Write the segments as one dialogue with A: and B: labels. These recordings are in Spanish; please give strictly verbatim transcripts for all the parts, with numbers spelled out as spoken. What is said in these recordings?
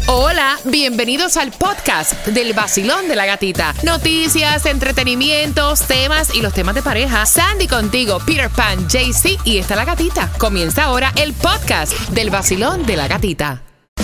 A: Hola, bienvenidos al podcast del Vacilón de la Gatita. Noticias, entretenimientos, temas y los temas de pareja. Sandy contigo, Peter Pan, Jaycee y está la gatita. Comienza ahora el podcast del Vacilón de la Gatita.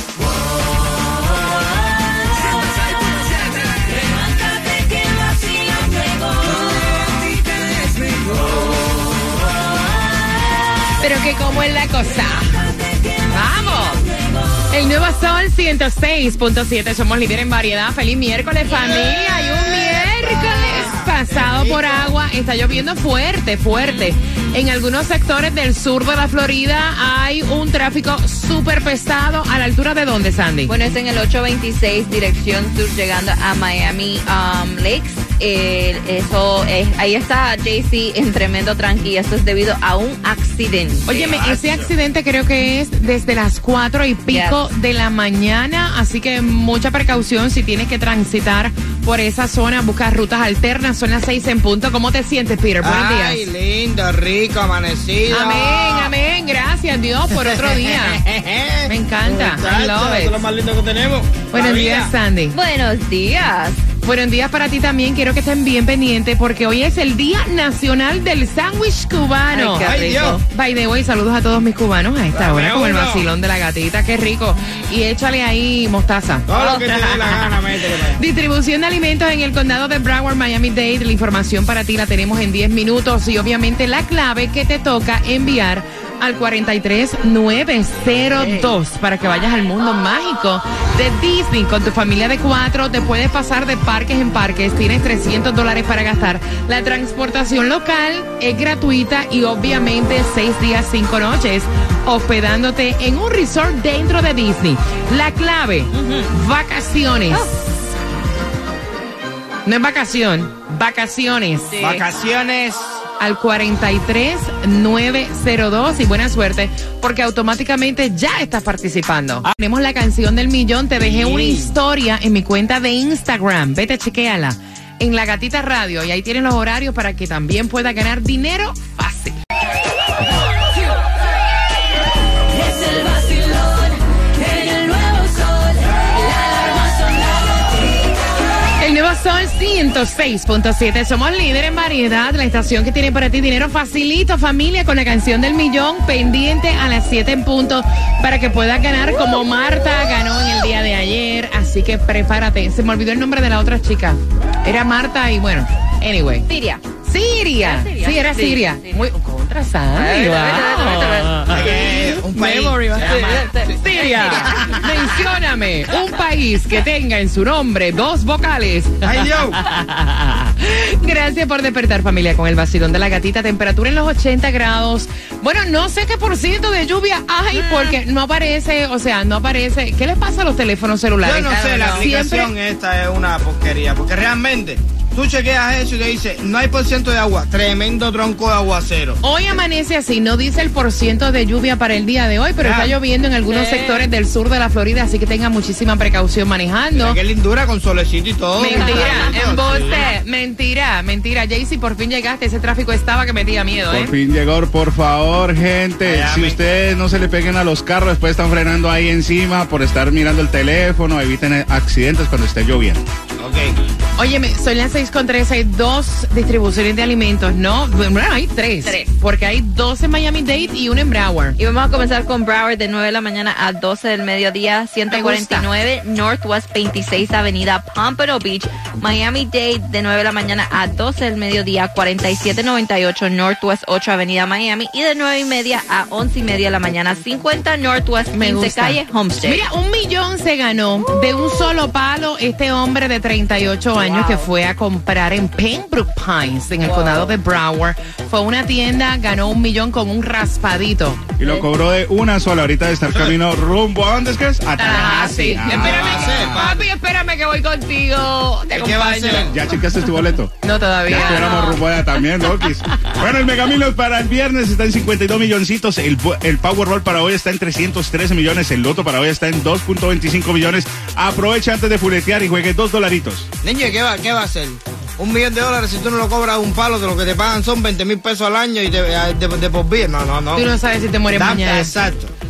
A: Pero que cómo es la cosa. ¡Vamos! El nuevo Sol ciento seis punto siete. Somos líderes en variedad. Feliz miércoles, familia. Y un miércoles pasado por agua. Está lloviendo fuerte, fuerte. En algunos sectores del sur de la Florida hay un tráfico súper pesado. ¿A la altura de dónde, Sandy?
B: Bueno, es en el ocho veintiséis, dirección sur, llegando a Miami um, Lakes. Eh, eso es, ahí está Jaycee en tremendo tranqui. Esto es debido a un accidente.
A: Óyeme, ese accidente creo que es desde las cuatro y pico yes. de la mañana, así que mucha precaución si tienes que transitar por esa zona, buscar rutas alternas. Son las seis en punto. ¿Cómo te sientes, Peter? Buenos días.
C: Ay, lindo, rico, amanecido.
A: Amén, amén. Gracias, Dios, por otro día. Me encanta. I love it.
C: Eso es lo más lindo que tenemos.
A: Buenos días, Sandy.
B: Buenos días.
A: Buenos días para ti también. Quiero que estén bien pendientes porque hoy es el Día Nacional del Sándwich Cubano.
B: Ay, qué rico.
C: Ay, Dios.
A: By the way, saludos a todos mis cubanos a esta hora con el vacilón de la gatita. Qué rico. Y échale ahí mostaza.
C: Todo lo que te dé la gana, métele.
A: Distribución de alimentos en el condado de Broward, Miami-Dade. La información para ti la tenemos en diez minutos y obviamente la clave que te toca enviar al cuatro tres nueve cero dos para que vayas al mundo mágico de Disney con tu familia de cuatro. Te puedes pasar de parques en parques. Tienes trescientos dólares para gastar. La transportación local es gratuita y obviamente seis días, cinco noches hospedándote en un resort dentro de Disney. La clave, uh-huh. vacaciones. Oh. No es vacación, vacaciones.
C: Sí. Vacaciones.
A: Al cuatro tres nueve cero dos y buena suerte porque automáticamente ya estás participando. Ah. Tenemos la canción del millón. Te dejé sí. una historia en mi cuenta de Instagram. Vete, chequéala en La Gatita Radio y ahí tienes los horarios para que también puedas ganar dinero fácil. Sol ciento seis punto siete. Somos líder en variedad. La estación que tiene para ti dinero facilito, familia, con la canción del millón pendiente a las siete en punto para que puedas ganar como Marta ganó en el día de ayer. Así que prepárate. Se me olvidó el nombre de la otra chica. Era Marta y bueno, anyway.
B: Siria.
A: Siria.
B: Siria.
A: Sí, era
B: sí,
A: Siria.
B: Sí.
A: Muy contra Sandy.
C: Un país.
A: Siria. Mencióname un país que tenga en su nombre dos vocales.
C: Ay, Dios.
A: Gracias por despertar, familia, con el vacilón de la gatita. Temperatura en los ochenta grados. Bueno, no sé qué por ciento de lluvia hay porque no aparece, o sea, no aparece. ¿Qué le pasa a los teléfonos celulares?
C: Yo no sé, la aplicación Siempre... esta es una porquería, porque realmente tú chequeas eso y te dice, no hay por ciento de agua, tremendo tronco de aguacero.
A: Hoy amanece así, no dice el por ciento de lluvia para el día de hoy, pero ah, está lloviendo en algunos sí. sectores del sur de la Florida, así que tengan muchísima precaución manejando.
C: Mira qué lindura con solecito y todo.
A: Mentira, embuste, sí. mentira, mentira. Jaycee, por fin llegaste, ese tráfico estaba que metía miedo, ¿eh?
D: Por fin llegó, por favor, gente, Ay, si ustedes no se le peguen a los carros, después están frenando ahí encima por estar mirando el teléfono, eviten accidentes cuando esté lloviendo.
C: Ok.
A: Óyeme, son las seis con trece, hay dos distribuciones de alimentos, ¿no? Bueno, hay tres.
B: Tres.
A: Porque hay dos en Miami-Dade y uno en Broward.
B: Y vamos a comenzar con Broward de nueve de la mañana a doce del mediodía, ciento cuarenta y nueve Northwest veintiséis Avenida Pompano Beach. Miami-Dade de nueve de la mañana a doce del mediodía, cuarenta y siete noventa y ocho Northwest ocho Avenida Miami. Y de nueve y media a once y media de la mañana, cincuenta Northwest quince Calle Homestead.
A: Mira, un millón se ganó de un solo palo este hombre de treinta y ocho años wow. que fue a comprar en Pembroke Pines, en el wow. condado de Broward. Fue a una tienda, ganó un millón con un raspadito.
D: Y lo cobró de una sola. Ahorita está el camino rumbo a dónde es que es? A
A: Tallahassee. Ah, sí. Espérame, papi, espérame que voy contigo. Te
C: ¿Qué va a hacer?
D: ¿Ya chequeaste tu boleto?
A: No, todavía.
D: Ya estuviéramos rumbo allá también, Rockies. Bueno, el Megamilos para el viernes está en cincuenta y dos milloncitos. El, el Powerball para hoy está en trescientos trece millones. El Loto para hoy está en dos punto veinticinco millones. Aprovecha antes de fuletear y juegue dos dolaritos.
C: Niño, ¿qué va, qué va a hacer? Un millón de dólares si tú no lo cobras un palo, de lo que te pagan son veinte mil pesos al año y de, de, de, de por vida. No, no, no.
A: Tú no sabes si te mueres
C: da,
A: mañana.
C: Exacto.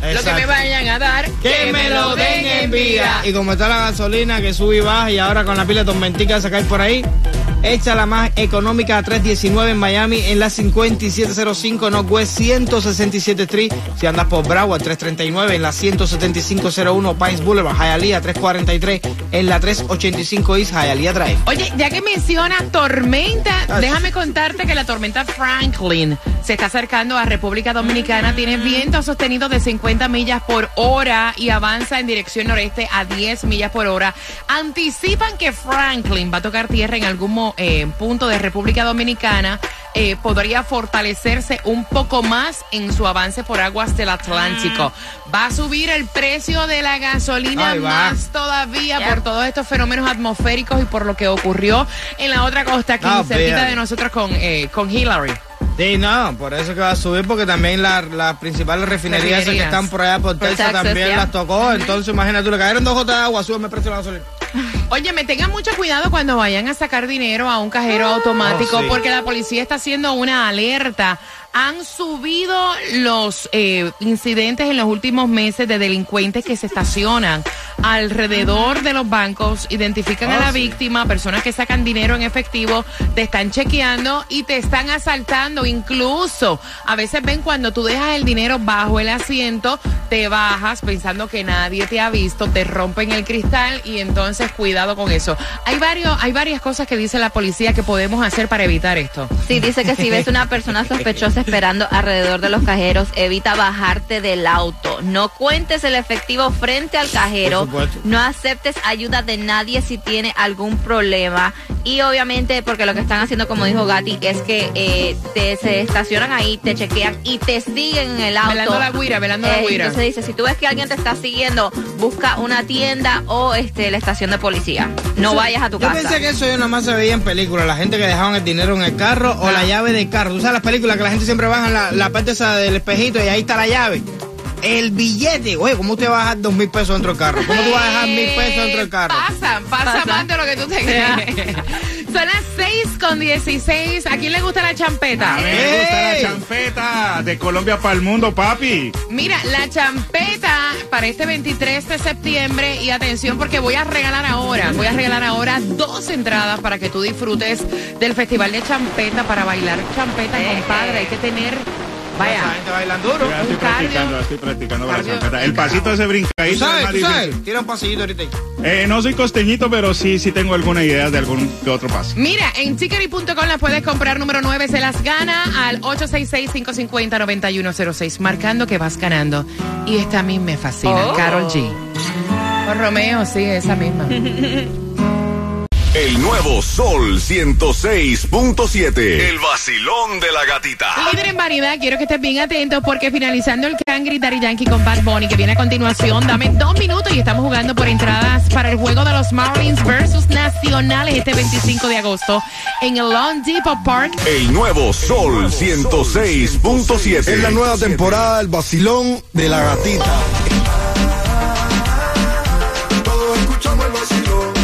A: Lo que me vayan a dar,
C: que me lo den en vida. Y como está la gasolina que sube y baja, y ahora con la pila de tormentica que sacáis por ahí, echa la más económica a tres diecinueve en Miami, en la cincuenta y siete cero cinco Northwest ciento sesenta y siete Street. Si andas por Broward, tres treinta y nueve en la ciento setenta y cinco cero uno Pines Boulevard. Hialeah, tres cuarenta y tres en la tres ochenta y cinco East Hialeah Drive.
A: Oye, ya que mencionas tormenta,
C: Ay.
A: déjame contarte que la tormenta Franklin se está acercando a República Dominicana. Tiene viento sostenido de cincuenta millas por hora y avanza en dirección noreste a diez millas por hora. Anticipan que Franklin va a tocar tierra en algún mo- eh, punto de República Dominicana. Eh, podría fortalecerse un poco más en su avance por aguas del Atlántico. Va a subir el precio de la gasolina
C: Ay, va.
A: más todavía
B: Yeah.
A: por todos estos fenómenos atmosféricos y por lo que ocurrió en la otra costa aquí
C: No,
A: cerquita
C: fíjate.
A: de nosotros con, eh, con Hillary.
C: Sí, no, por eso que va a subir, porque también las la principales refinerías esas que
A: Refinerías.
C: están por allá por
B: Por
C: Texas
B: Texas,
C: también
B: ya.
C: las tocó. Entonces, imagínate, tú le cayeron dos gotas de agua, súbeme el precio de la gasolina.
A: Oye, me tengan mucho cuidado cuando vayan a sacar dinero a un cajero automático,
C: Oh, sí.
A: porque la policía está haciendo una alerta. Han subido los eh, incidentes en los últimos meses de delincuentes que se estacionan alrededor de los bancos, identifican
C: Oh,
A: a la
C: sí.
A: víctima, personas que sacan dinero en efectivo, te están chequeando y te están asaltando. Incluso a veces ven cuando tú dejas el dinero bajo el asiento, te bajas pensando que nadie te ha visto, te rompen el cristal y entonces cuidado con eso. Hay varios, hay varias cosas que dice la policía que podemos hacer para evitar esto.
B: Sí, dice que si ves una persona sospechosa esperando alrededor de los cajeros, evita bajarte del auto. No cuentes el efectivo frente al cajero.
C: Por supuesto.
B: No aceptes ayuda de nadie si tiene algún problema. Y obviamente, porque lo que están haciendo, como dijo Gatti, es que eh, te, se estacionan ahí, te chequean y te siguen en el auto.
A: Velando la guira, velando la
B: Eh,
A: guira.
B: Entonces dice, si tú ves que alguien te está siguiendo, busca una tienda o este la estación de policía. No vayas a tu
C: Yo
B: casa.
C: pensé que eso yo nada más se veía en películas, la gente que dejaban el dinero en el carro o
A: Ah.
C: la llave del carro. Tú sabes las películas que la gente siempre baja la, la parte esa del espejito y ahí está la llave. El billete, oye, ¿cómo usted va a dejar dos mil pesos dentro del carro? ¿Cómo tú vas a dejar mil pesos dentro del carro?
A: Pasa, pasa,
B: Pasa.
A: más de lo que tú te crees. Son las seis con dieciséis. ¿A quién le gusta la champeta?
D: A mí me gusta la
C: ¡Ey!
D: champeta de Colombia para el mundo, papi.
A: Mira, la champeta para este veintitrés de septiembre. Y atención, porque voy a regalar ahora, voy a regalar ahora dos entradas para que tú disfrutes del Festival de Champeta para bailar champeta,
B: Eh,
A: compadre.
B: eh.
A: Hay que tener,
C: Esa
A: vaya,
C: gente bailan duro.
D: Ya estoy
A: Un cardio.
D: practicando, estoy practicando con la
A: Cardio.
D: champeta. El pasito ese
C: ¿Tú
D: brincadito es
C: sabes?
D: más
C: ¿Tú
D: difícil.
C: sabes? Tira un pasillito ahorita.
D: Eh, no soy costeñito, pero sí, sí tengo alguna idea de algún que otro paso.
A: mira, en tickery punto com las puedes comprar. Número nueve se las gana al ocho seis seis, cinco cinco cero, nueve uno cero seis, marcando que vas ganando. Y esta a mí me fascina,
B: Oh.
A: Karol G. O Romeo, sí, esa misma.
E: El nuevo Sol ciento seis punto siete. El vacilón de la gatita.
A: Líder en variedad, quiero que estés bien atento porque finalizando el Cangri Daddy Yankee con Bad Bunny, que viene a continuación, dame dos minutos y estamos jugando por entradas para el juego de los Marlins versus Nacionales este veinticinco de agosto en el Long Depot Park.
E: El nuevo Sol ciento seis punto siete.
F: Es la nueva temporada del vacilón de la gatita. Todos escuchamos el vacilón.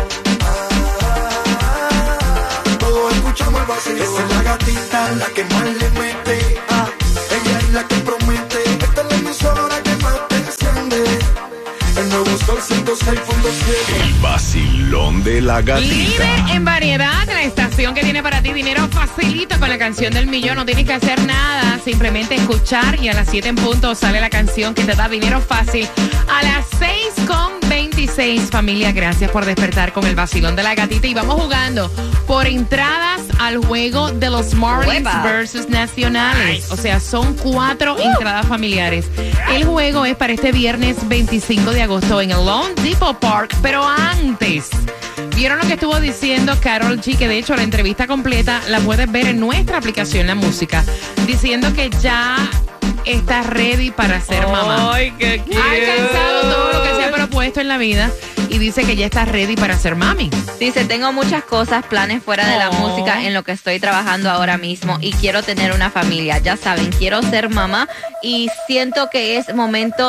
F: Todos escuchamos el vacilón. Esa es la gatita, la que más le mete. Ah, ella es la que promete. Esta es la emisora que más te enciende. El nuevo Sol ciento seis punto siete.
E: El vacilón de la gatita.
A: Líder en variedad, la estación que tiene para ti dinero facilito con la canción del millón. No tienes que hacer nada, simplemente escuchar y a las siete en punto sale la canción que te da dinero fácil. A las seis con veintiséis, familia, gracias por despertar con el vacilón de la gatita. Y vamos jugando por entradas al juego de los Marlins
B: Hueva.
A: versus Nacionales. O sea, son cuatro entradas familiares. El juego es para este viernes veinticinco de agosto en el Long Depot Park. Pero antes, ¿vieron lo que estuvo diciendo Karol G? Que de hecho la entrevista completa la puedes ver en nuestra aplicación La Música, diciendo que ya está ready para ser mamá.
B: Ay, qué cute.
A: Ha alcanzado todo lo que se ha propuesto en la vida y dice que ya está ready para ser mami.
B: Dice, tengo muchas cosas, planes fuera de la
A: Oh.
B: música en lo que estoy trabajando ahora mismo y quiero tener una familia. Ya saben, quiero ser mamá y siento que es momento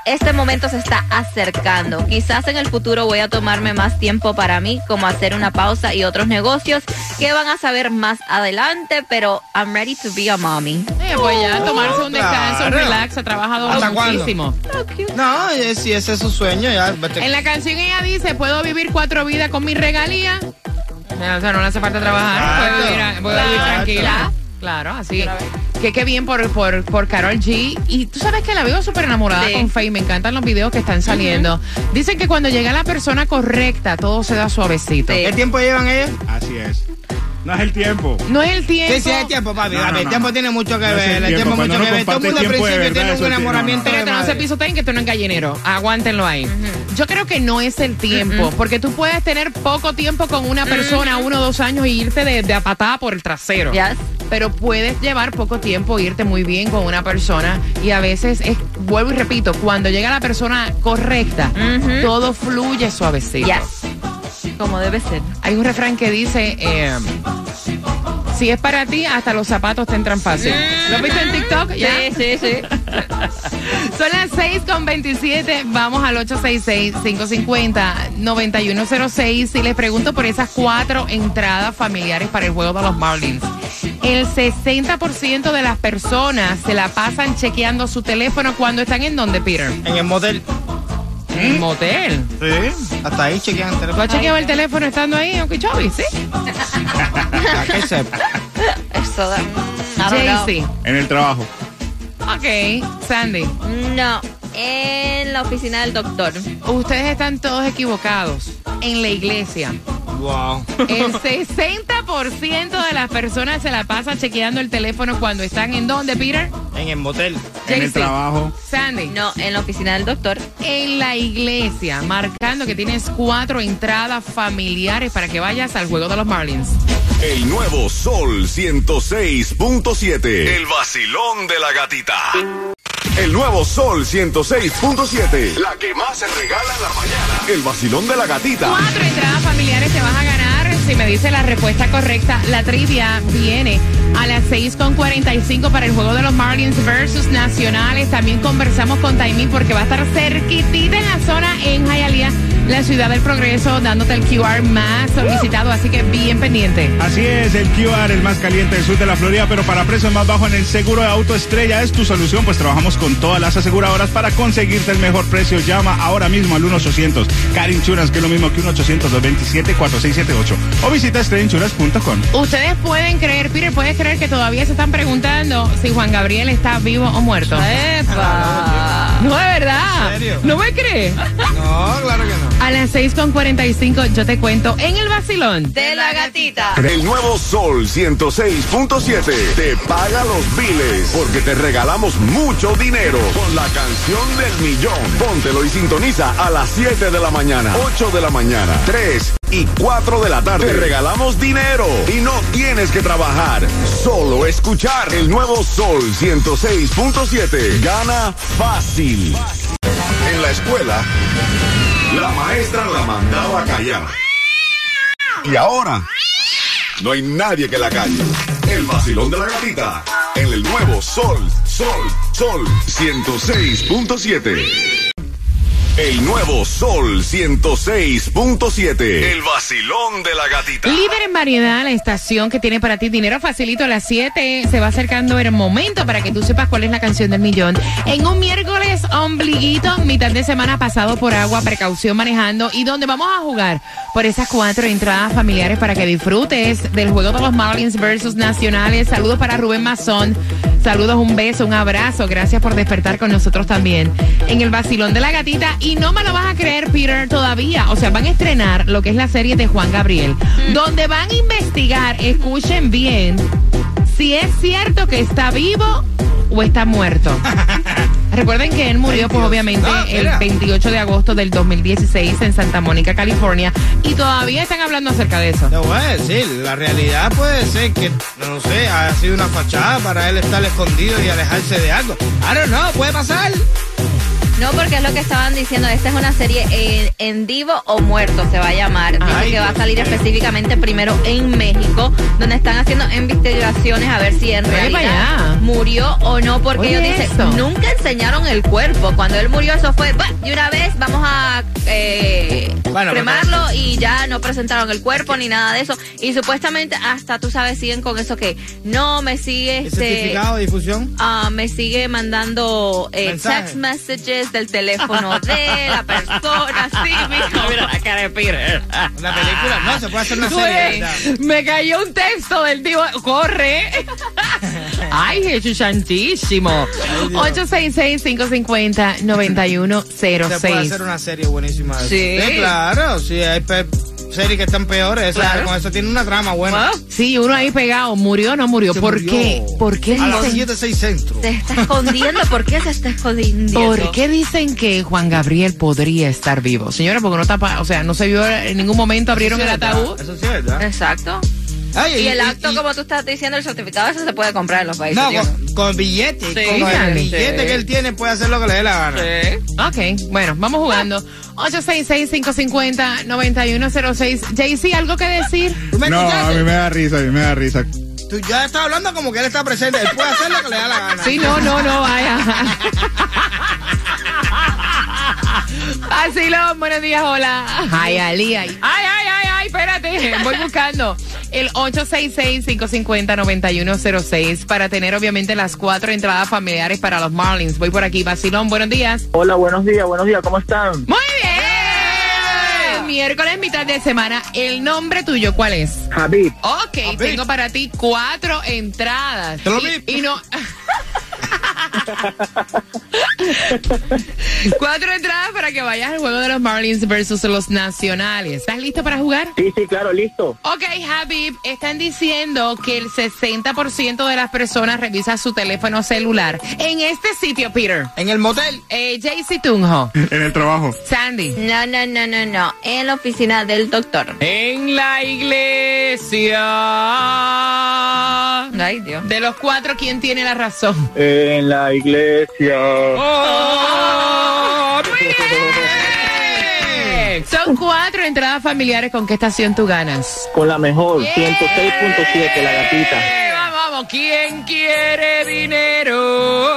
B: este momento se está acercando. Quizás en el futuro voy a tomarme más tiempo para mí, como hacer una pausa y otros negocios que van a saber más adelante, pero I'm ready to be a mommy.
A: Eh, pues ya, tomarse un descanso, un
C: claro.
A: relax, ha trabajado
C: ¿Hasta
A: muchísimo.
C: No, eh, si ese es su sueño, ya. vete.
A: En la canción ella dice, ¿puedo vivir cuatro vidas con mi regalía? Eh, O sea, no le hace falta trabajar,
C: Exacto.
A: puede vivir, puede vivir
C: Exacto.
A: tranquila. Claro, así que qué bien por, por, por Karol G. Y tú sabes que la veo súper enamorada
B: Sí.
A: con Faye. Me encantan los videos que están saliendo. Dicen que cuando llega la persona correcta, todo se da suavecito.
B: Sí.
C: ¿Qué tiempo llevan ellos?
D: Así es. No es el tiempo.
A: No es el tiempo.
C: Sí, sí, es tiempo, papi.
D: No, no,
C: el
D: no.
C: tiempo tiene mucho que
D: No es
C: ver.
D: el
C: El
D: tiempo,
C: tiempo
D: cuando
C: mucho
D: uno
C: que ver. Todo el
D: comparte
C: mundo al
D: tiempo de
C: principio
D: verdad,
C: tiene
D: eso
C: un
D: es el-
C: enamoramiento.
A: Espérate,
C: de
A: no se
C: madre.
A: pisoteen que tú no es gallinero. Aguántenlo ahí. Yo creo que no es el tiempo, porque tú puedes tener poco tiempo con una persona, uno o dos años, y irte de, de a patada por el trasero.
B: Yes.
A: Pero puedes llevar poco tiempo, irte muy bien con una persona, y a veces, es, vuelvo y repito, cuando llega la persona correcta,
B: Ujú.
A: todo fluye suavecito.
B: Yes. Como debe ser.
A: Hay un refrán que dice, eh, si es para ti, hasta los zapatos te entran fácil. ¿Lo viste en TikTok? ¿Ya?
B: Sí, sí, sí.
A: Son las seis con veintisiete. Vamos al ocho seis seis, cinco cinco cero, nueve uno cero seis. Y les pregunto por esas cuatro entradas familiares para el juego de los Marlins. El sesenta por ciento de las personas se la pasan chequeando su teléfono cuando están en donde, Peter.
C: En el motel.
A: En el motel.
C: Sí. Hasta ahí chequean el
A: ¿Tú
C: teléfono.
A: has chequeado el teléfono estando ahí en Okeechobee? Sí.
C: Para que sepa.
B: Eso da. I don't know.
A: Jaycee.
D: En el trabajo.
A: Ok. Sandy.
B: No, en la oficina del doctor.
A: Ustedes están todos equivocados. En la iglesia.
C: Wow.
A: El sesenta por ciento de las personas se la pasa chequeando el teléfono cuando están en donde, Peter.
C: En el motel.
D: En el
A: Jaycee.
D: trabajo.
A: Sandy.
B: No, en la oficina del doctor.
A: En la iglesia, marcando que tienes cuatro entradas familiares para que vayas al juego de los Marlins.
E: El nuevo Sol ciento seis punto siete. El vacilón de la gatita. El nuevo Sol ciento seis punto siete. La que más se regala en la mañana. El vacilón de la gatita.
A: Cuatro entradas familiares te vas a ganar. Si me dice la respuesta correcta, la trivia viene a las seis con cuarenta y cinco para el juego de los Marlins versus Nacionales. También conversamos con Taimín porque va a estar cerquitita en la zona en Hialeah, la ciudad del progreso, dándote el Q R más solicitado. Así que bien pendiente.
D: Así es, el Q R, el más caliente del sur de la Florida, pero para precios más bajos en el seguro de auto Estrella es tu solución, pues trabajamos con todas las aseguradoras para conseguirte el mejor precio. Llama ahora mismo al uno ochocientos Car Insurance, que es lo mismo que uno ochocientos, dos veintisiete, cuatro seis siete ocho, o visita estrella insurance punto com.
A: Ustedes pueden creer, Peter, puedes creer que todavía se están preguntando si Juan Gabriel está vivo o muerto.
B: ¡Epa!
A: No, de verdad.
C: ¿En serio?
A: ¿No me crees?
C: No, claro que no.
A: A las seis con cuarenta y cinco yo te cuento en el vacilón.
B: De la gatita.
E: El nuevo Sol ciento seis punto siete te paga los biles porque te regalamos mucho dinero con la canción del millón. Póntelo y sintoniza a las siete de la mañana, ocho de la mañana, tres y cuatro de la tarde. Te regalamos dinero y no tienes que trabajar, solo escuchar. El nuevo Sol ciento seis punto siete gana fácil. En la escuela, la maestra la mandaba a callar. Y ahora, no hay nadie que la calle. El vacilón de la gatita. En el nuevo Sol, Sol, Sol ciento seis punto siete. El nuevo Sol ciento seis punto siete. El vacilón de la gatita.
A: Líder en variedad, la estación que tiene para ti dinero facilito a las siete. Se va acercando el momento para que tú sepas cuál es la canción del millón. En un miércoles ombliguito, mitad de semana pasado por agua, precaución manejando, y donde vamos a jugar por esas cuatro entradas familiares para que disfrutes del juego de los Marlins versus Nacionales. Saludos para Rubén Mazón. Saludos, un beso, un abrazo. Gracias por despertar con nosotros también en el vacilón de la gatita. Y no me lo vas a creer, Peter, todavía. O sea, van a estrenar lo que es la serie de Juan Gabriel, mm. donde van a investigar, escuchen bien, si es cierto que está vivo o está muerto. Recuerden que él murió, pues obviamente,
C: Ah,
A: el veintiocho de agosto del dos mil dieciséis en Santa Mónica, California. Y todavía están hablando acerca de eso.
C: Te voy a decir, la realidad puede ser que, no sé, haya sido una fachada para él estar escondido y alejarse de algo. I don't know, puede pasar.
B: No, porque es lo que estaban diciendo. Esta es una serie en, en vivo o muerto, se va a llamar. Dice
C: Ay,
B: que va a salir específicamente primero en México, donde están haciendo investigaciones a ver si en
A: Oye,
B: realidad
A: vaya.
B: murió o no, porque
A: Oye,
B: ellos dicen,
A: eso.
B: nunca enseñaron el cuerpo. Cuando él murió, eso fue, bah, de una vez vamos a eh,
C: Bueno,
B: cremarlo y ya no presentaron el cuerpo ni nada de eso. Y supuestamente hasta, tú sabes, siguen con eso que no me sigue
C: ¿El
B: este,
C: certificado de difusión?
B: ah, me sigue mandando eh,
C: Mensaje.
B: text messages del teléfono de la persona. Sí, mijo. Mira la cara de Peter.
C: Una película, no, se puede hacer una serie,
A: Güey,
C: ¿verdad?
A: me cayó un texto del tipo, corre. Ay, Jesús santísimo. ocho seis seis, cinco cinco cero, nueve uno cero
C: Se puede
A: seis.
C: hacer una serie buenísima de eso.
B: Sí.
C: Claro, sí, hay pe- series que están peores. Esa,
B: Claro.
C: Con eso tiene una trama buena.
B: Wow.
A: Sí, uno ahí pegado, ¿murió o no murió?
C: Se
A: ¿Por
C: murió.
A: qué? ¿Por qué
C: A las
A: dicen,
C: siete, seis centros.
B: Se está escondiendo. ¿Por qué se está escondiendo?
A: ¿por qué dicen que Juan Gabriel podría estar vivo? Señora, porque no está, pa- o sea, no se vio en ningún momento, abrieron
C: Eso
A: el
C: sí es verdad,
A: ataúd.
C: Eso sí es verdad.
B: Exacto.
C: Ay,
B: Y el acto, como tú estás diciendo, el certificado, eso se puede comprar en los países.
C: No,
B: ¿sí o no?
C: con, con billete.
B: Sí.
C: Con el
A: Dale.
C: billete
B: Sí.
C: que él tiene puede hacer lo que le dé la gana.
A: Ok, bueno, vamos jugando. ocho seis seis, cinco cinco cero, nueve uno cero seis. Jaycee, ¿algo que decir?
C: ¿Tú me
D: No, a
C: escuchaste?
D: mí me da risa, a mí me da risa.
C: Tú ya estás hablando como que él está presente. Él puede hacer lo que le da la gana.
A: Sí, no, no, no, vaya. Así lo, buenos días, hola. Ay, Ali, ay, ay, ay, ay, ay, espérate, voy buscando el ocho seis seis, cinco cinco cero, nueve uno cero seis para tener obviamente las cuatro entradas familiares para los Marlins. Voy por aquí, Vacilón, buenos días.
G: Hola, buenos días, buenos días, ¿cómo están?
A: Muy bien. Miércoles, mitad de semana. ¿El nombre tuyo cuál es?
G: Javid.
A: Ok,
C: Javi.
A: tengo para ti cuatro entradas.
C: Te lo
A: Y,
C: vi.
A: y no. Cuatro entradas para que vayas al juego de los Marlins versus los Nacionales. ¿Estás listo para jugar?
G: Sí, sí, claro, listo.
A: Ok, Habib, están diciendo que el sesenta por ciento de las personas revisa su teléfono celular. En este sitio, Peter.
C: En el motel.
A: Eh, Jaycee Tunjo.
D: En el trabajo.
A: Sandy.
B: No, no, no, no, no. En la oficina del doctor.
A: En la iglesia.
B: Ay, Dios.
A: De los cuatro, ¿quién tiene la razón?
G: En la iglesia.
A: ¡Oh! ¡Muy bien! Son cuatro entradas familiares. ¿Con qué estación tú ganas?
G: Con la mejor, ciento seis punto siete, la gatita.
A: ¡Eh! Vamos, vamos. ¿Quién quiere dinero?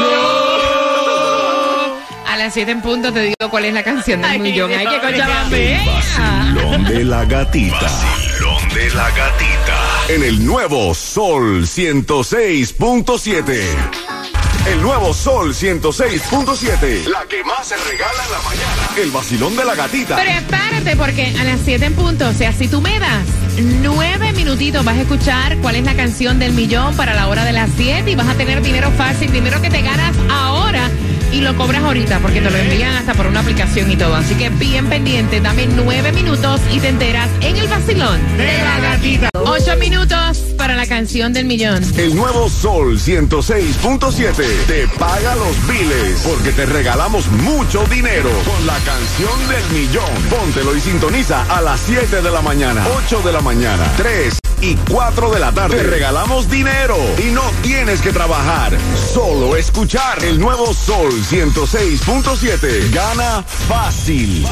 A: A las siete en punto te digo cuál es la canción del
B: Ay,
A: millón. Hay que
B: Dios
A: escuchar
E: El vacilón de la gatita. Vacilón de la gatita. En el nuevo Sol ciento seis punto siete. El nuevo Sol ciento seis punto siete. La que más se regala en la mañana. El vacilón de la gatita.
A: Prepárate porque a las siete en punto, o sea, si tú me das nueve minutitos, vas a escuchar cuál es la canción del millón para la hora de las siete y vas a tener dinero fácil, dinero que te ganas ahora y lo cobras ahorita porque te lo envían hasta por una aplicación y todo. Así que bien pendiente, dame nueve minutos y te enteras en el vacilón
D: De la gatita.
A: Ocho minutos para la canción del millón.
E: El nuevo Sol ciento seis punto siete te paga los biles porque te regalamos mucho dinero con la canción del millón. Póntelo y sintoniza a las siete de la mañana, ocho de la mañana, tres y cuatro de la tarde. Te regalamos dinero y no tienes que trabajar, solo escuchar el nuevo Sol ciento seis punto siete. Gana fácil.